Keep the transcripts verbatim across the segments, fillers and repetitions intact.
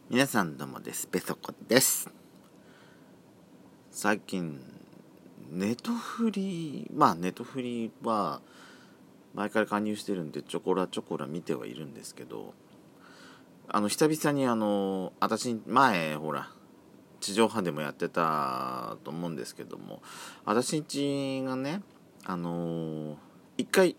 皆さんどうもです。ペソコです。最近ネトフリまあネトフリは前から加入してるんでちょこらちょこら見てはいるんですけど、あの久々にあの私前ほら地上波でもやってたと思うんですけども、私んちがねあの一回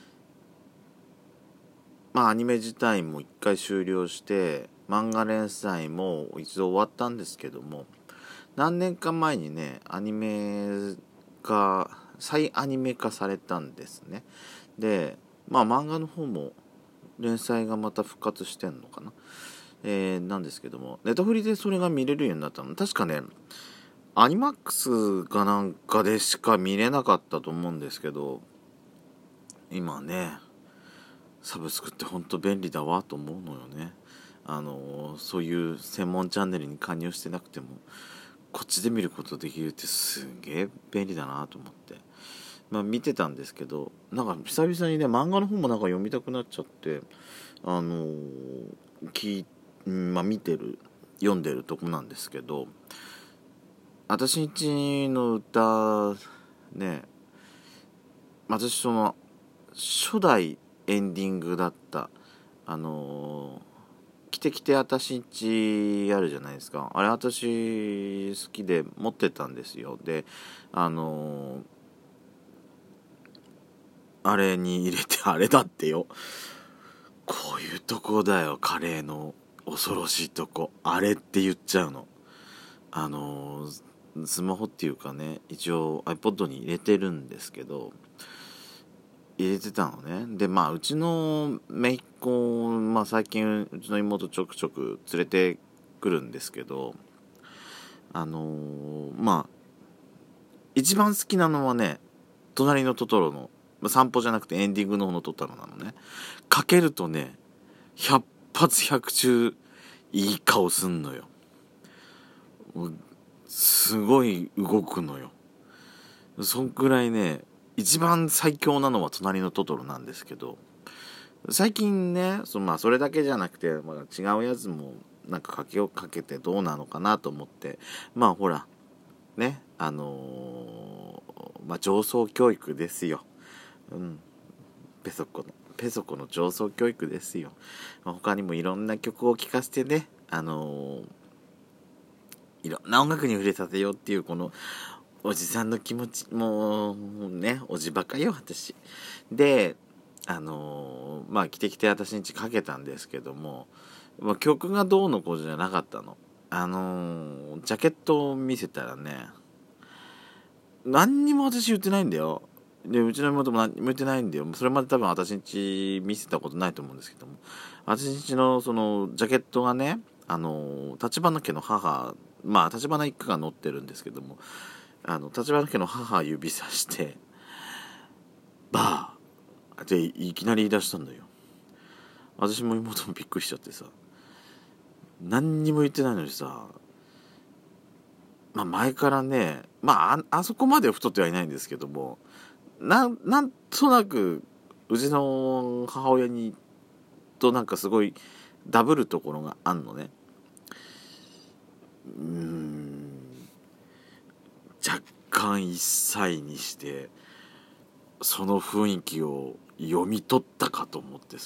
まあアニメ自体も一回終了して漫画連載も一度終わったんですけども、何年か前にねアニメが再アニメ化されたんですね。でまあ漫画の方も連載がまた復活してんのかな、えー、なんですけども、ネタフリでそれが見れるようになったの確かねアニマックスかなんかでしか見れなかったと思うんですけど、今ねサブスクってほんと便利だわと思うのよね。あのそういう専門チャンネルに加入してなくてもこっちで見ることできるってすげえ便利だなと思って、まあ見てたんですけど、なんか久々にね漫画の方もなんか読みたくなっちゃって、あのー、きまあ見てる読んでるとこなんですけど、私んちの歌ね、私その初代エンディングだったあのー着てきてあたしんちあるじゃないですか。あれ私好きで持ってたんですよ。であのー、あれに入れてあれだってよ、こういうとこだよカレーの恐ろしいとこ、あれって言っちゃうの。あのー、スマホっていうかね一応 iPod に入れてるんですけど、入れてたのね。でまあうちの姪っ子、まあ最近うちの妹ちょくちょく連れてくるんですけど、あのー、まあ一番好きなのはね隣のトトロの、まあ、散歩じゃなくてエンディングの方のトトロなのね。かけるとね百発百中いい顔すんのよ。すごい動くのよ。そんくらいね一番最強なのは隣のトトロなんですけど、最近ね そ,、まあ、それだけじゃなくて、まあ、違うやつもなんかかけをかけてどうなのかなと思って、まあほらねあのー、まあ上層教育ですよ。うんペソコのペソコの上層教育ですよ。まあ、他にもいろんな曲を聴かせてねあのー、いろんな音楽に触れさせようっていうこのおじさんの気持ちもうねおじばかよ私で、あのー、まあ着てきて私んちかけたんですけども、まあ、曲がどうのこうじゃなかったの。あのー、ジャケットを見せたらね何にも私言ってないんだよ。でうちの妹も何にも言ってないんだよ。それまで多分私んち見せたことないと思うんですけども、私んちのそのジャケットがねあの立花家の母、まあ立花一家が載ってるんですけども、あの立花家の母指さしてバーっていきなり言い出したんだよ。私も妹もびっくりしちゃってさ、何にも言ってないのにさ、まあ前からねまあ あ, あそこまで太ってはいないんですけども、な ん, なんとなくうちの母親にとなんかすごいダブるところがあんのね。うーん若干いっさいにしてその雰囲気を読み取ったかと思ってさ、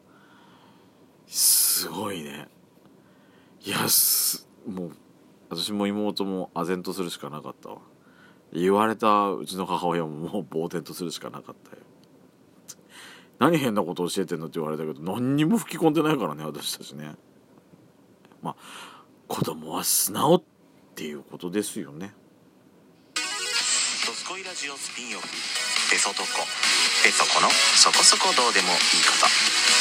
すごいね。いやすもう私も妹も唖然とするしかなかったわ。言われたうちの母親ももう呆然とするしかなかったよ。何変なこと教えてんのって言われたけど何にも吹き込んでないからね私たちね。まあ子供は素直っていうことですよね。 ドスコイラジオスピンオフペソドコペソコのそこそこどうでもいいこと。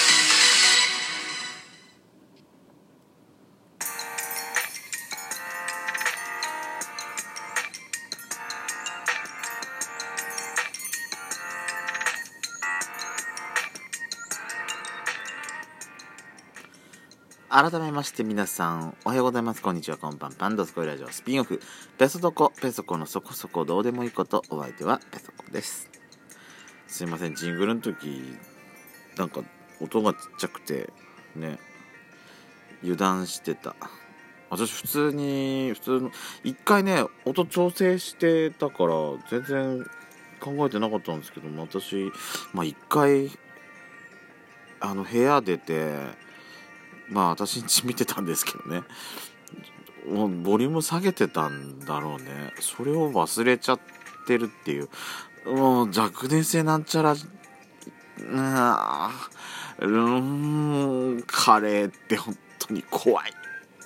改めまして皆さんおはようございます、こんにちは、こんばんぱん。ドスコイラジオスピンオフペソドコペソコのそこそこどうでもいいこと。お相手はペソコです。すいませんジングルの時なんか音がちっちゃくてね油断してた。私普通に普通の一回ね音調整してたから全然考えてなかったんですけども、私まあ一回あの部屋出てまあ私ん家見てたんですけどね、もうボリューム下げてたんだろうね。それを忘れちゃってるっていう、もう若年性なんちゃらなうーんカレーって本当に怖い。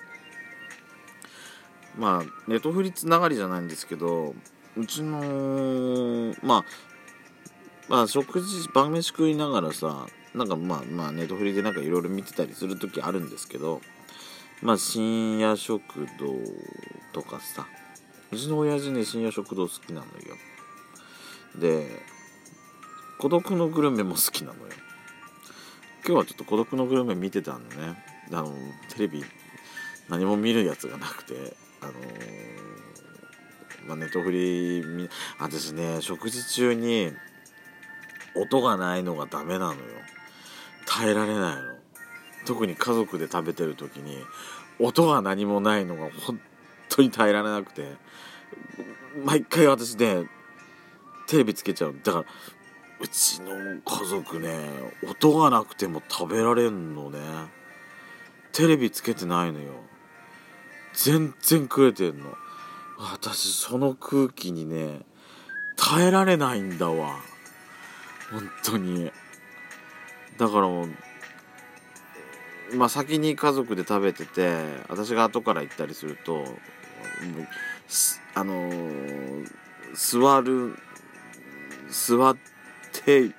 まあネトフリつながりじゃないんですけど、うちのまあまあ食事晩飯食いながらさ、なんかまあまあネトフリでなんかいろいろ見てたりする時あるんですけど、まあ深夜食堂とかさ、うちの親父ね深夜食堂好きなのよ。で孤独のグルメも好きなのよ。今日はちょっと孤独のグルメ見てたんでね、あのテレビ何も見るやつがなくて、あのー、まあネトフリ見私ね食事中に音がないのがダメなのよ。耐えられないの。特に家族で食べてる時に音が何もないのが本当に耐えられなくて、毎回私ねテレビつけちゃう。だからうちの家族ね音がなくても食べられんのね。テレビつけてないのよ。全然食えてんの。私その空気にね耐えられないんだわ本当に。だからもうまあ先に家族で食べてて私が後から行ったりするともうあのー、座る座って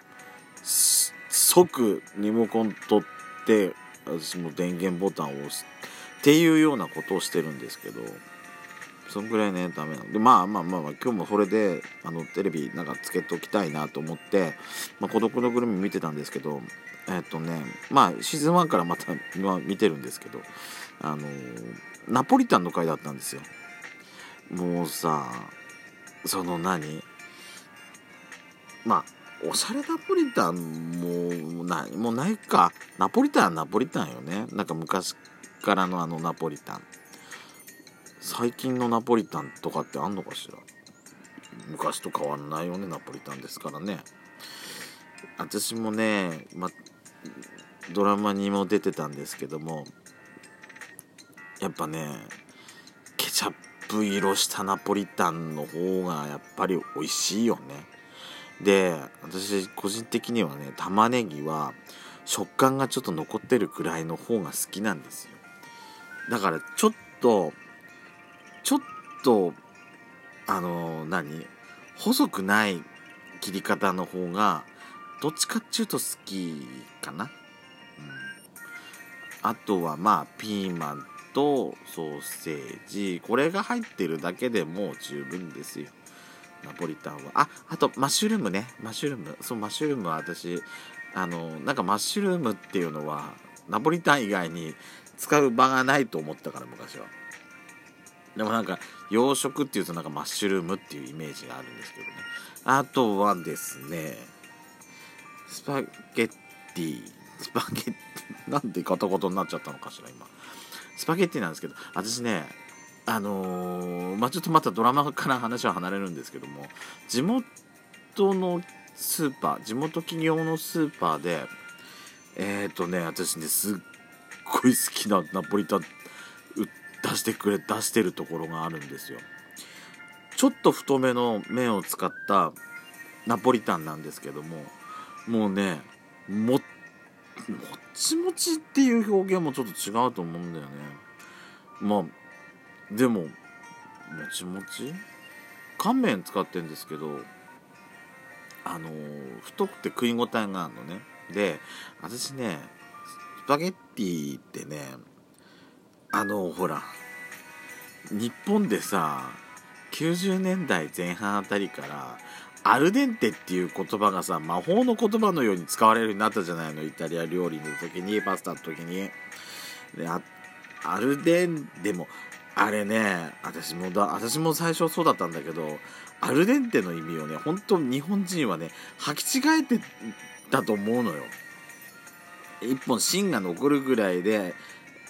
即リモコン取って私も電源ボタンを押すっていうようなことをしてるんですけど、そんぐらいねダメなので、まあまあまあまあ今日もそれであのテレビなんかつけときたいなと思って、まあ、孤独のグルメ見てたんですけど、えっとねまあシーズンワンからまた今見てるんですけど、あのー、ナポリタンの回だったんですよ。もうさその何まあおしゃれナポリタンもなもうないか。ナポリタンはナポリタンよね。なんか昔からのあのナポリタン、最近のナポリタンとかってあんのかしら。昔と変わんないよねナポリタンですからね。私もね、ま、ドラマにも出てたんですけども、やっぱねケチャップ色したナポリタンの方がやっぱり美味しいよね。で私個人的にはね玉ねぎは食感がちょっと残ってるくらいの方が好きなんですよ。だからちょっとちょっとあのー、何細くない切り方の方がどっちかっていうと好きかな、うん、あとはまあピーマンとソーセージ、これが入ってるだけでもう十分ですよナポリタンは。あ、あとマッシュルームね、マッシュルーム、そうマッシュルームは私あのなんかマッシュルームっていうのはナポリタン以外に使う場がないと思ったから昔は。でもなんか洋食っていうとなんかマッシュルームっていうイメージがあるんですけどね。あとはですねスパゲッティスパゲッティなんでガタガタになっちゃったのかしら今。スパゲッティなんですけど、私ねあのー、まあちょっとまたドラマから話は離れるんですけども、地元のスーパー地元企業のスーパーでえっとね私ねすっごい好きなナポリタン出してくれ出してるところがあるんですよ。ちょっと太めの麺を使ったナポリタンなんですけども、もうねももちもちっていう表現もちょっと違うと思うんだよね。まあでももちもち乾麺使ってるんですけど、あのー、太くて食い応えがあるのね。で私ねスパゲッティってねあのほら日本でさきゅうじゅうねんだいぜん半あたりからアルデンテっていう言葉がさ魔法の言葉のように使われるようになったじゃないの。イタリア料理の時にパスタの時にで あ, アルデンでもあれね私もだ私も最初そうだったんだけど、アルデンテの意味をね本当日本人はね履き違えてたと思うのよ。一本芯が残るぐらいで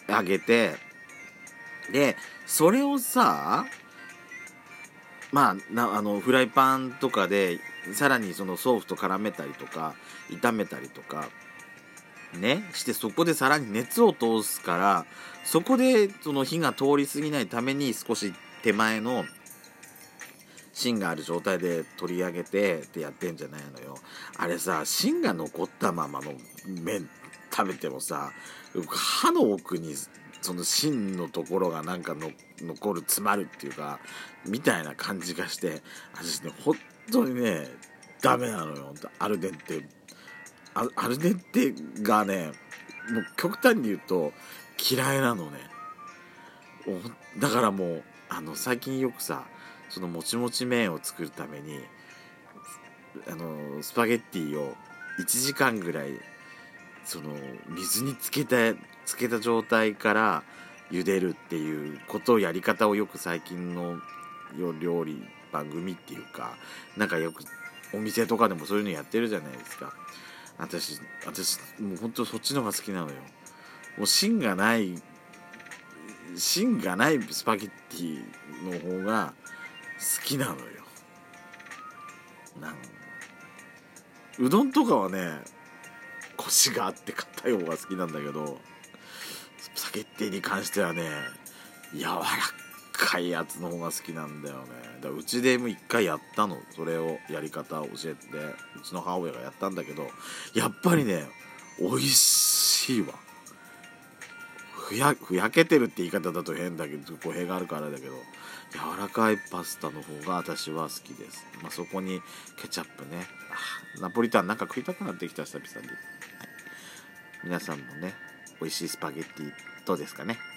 揚げて、でそれをさ、まあなあのフライパンとかでさらにそのソースと絡めたりとか炒めたりとかねして、そこでさらに熱を通すから、そこでその火が通り過ぎないために少し手前の芯がある状態で取り上げてってやってんじゃないのよ。あれさ、芯が残ったままの麺食べてもさ、歯の奥にその芯のところがなんかの残る、詰まるっていうかみたいな感じがして、私ね本当にねダメなのよ。アルデンテアアルデンテがね、もう極端に言うと嫌いなのね。だからもうあの最近よくさ、そのもちもち麺を作るためにあのスパゲッティをいちじかんぐらいその水につけたつけた状態から茹でるっていうことをやり方をよく最近の料理番組っていうかなんかよくお店とかでもそういうのやってるじゃないですか。私私もう本当そっちの方が好きなのよ。もう芯がない芯がないスパゲッティの方が好きなのよ。なんうどんとかはねコシがあって硬い方が好きなんだけど、スパゲッティに関してはね柔らかいやつの方が好きなんだよね。だからうちでも一回やったの、それをやり方を教えてうちの母親がやったんだけど、やっぱりね美味しいわ。ふやふやけてるって言い方だと変だけど語弊があるからだけど、柔らかいパスタの方が私は好きです。まあ、そこにケチャップね、あナポリタンなんか食いたくなってきた久々に、はい、皆さんもね美味しいスパゲッティどうですかね。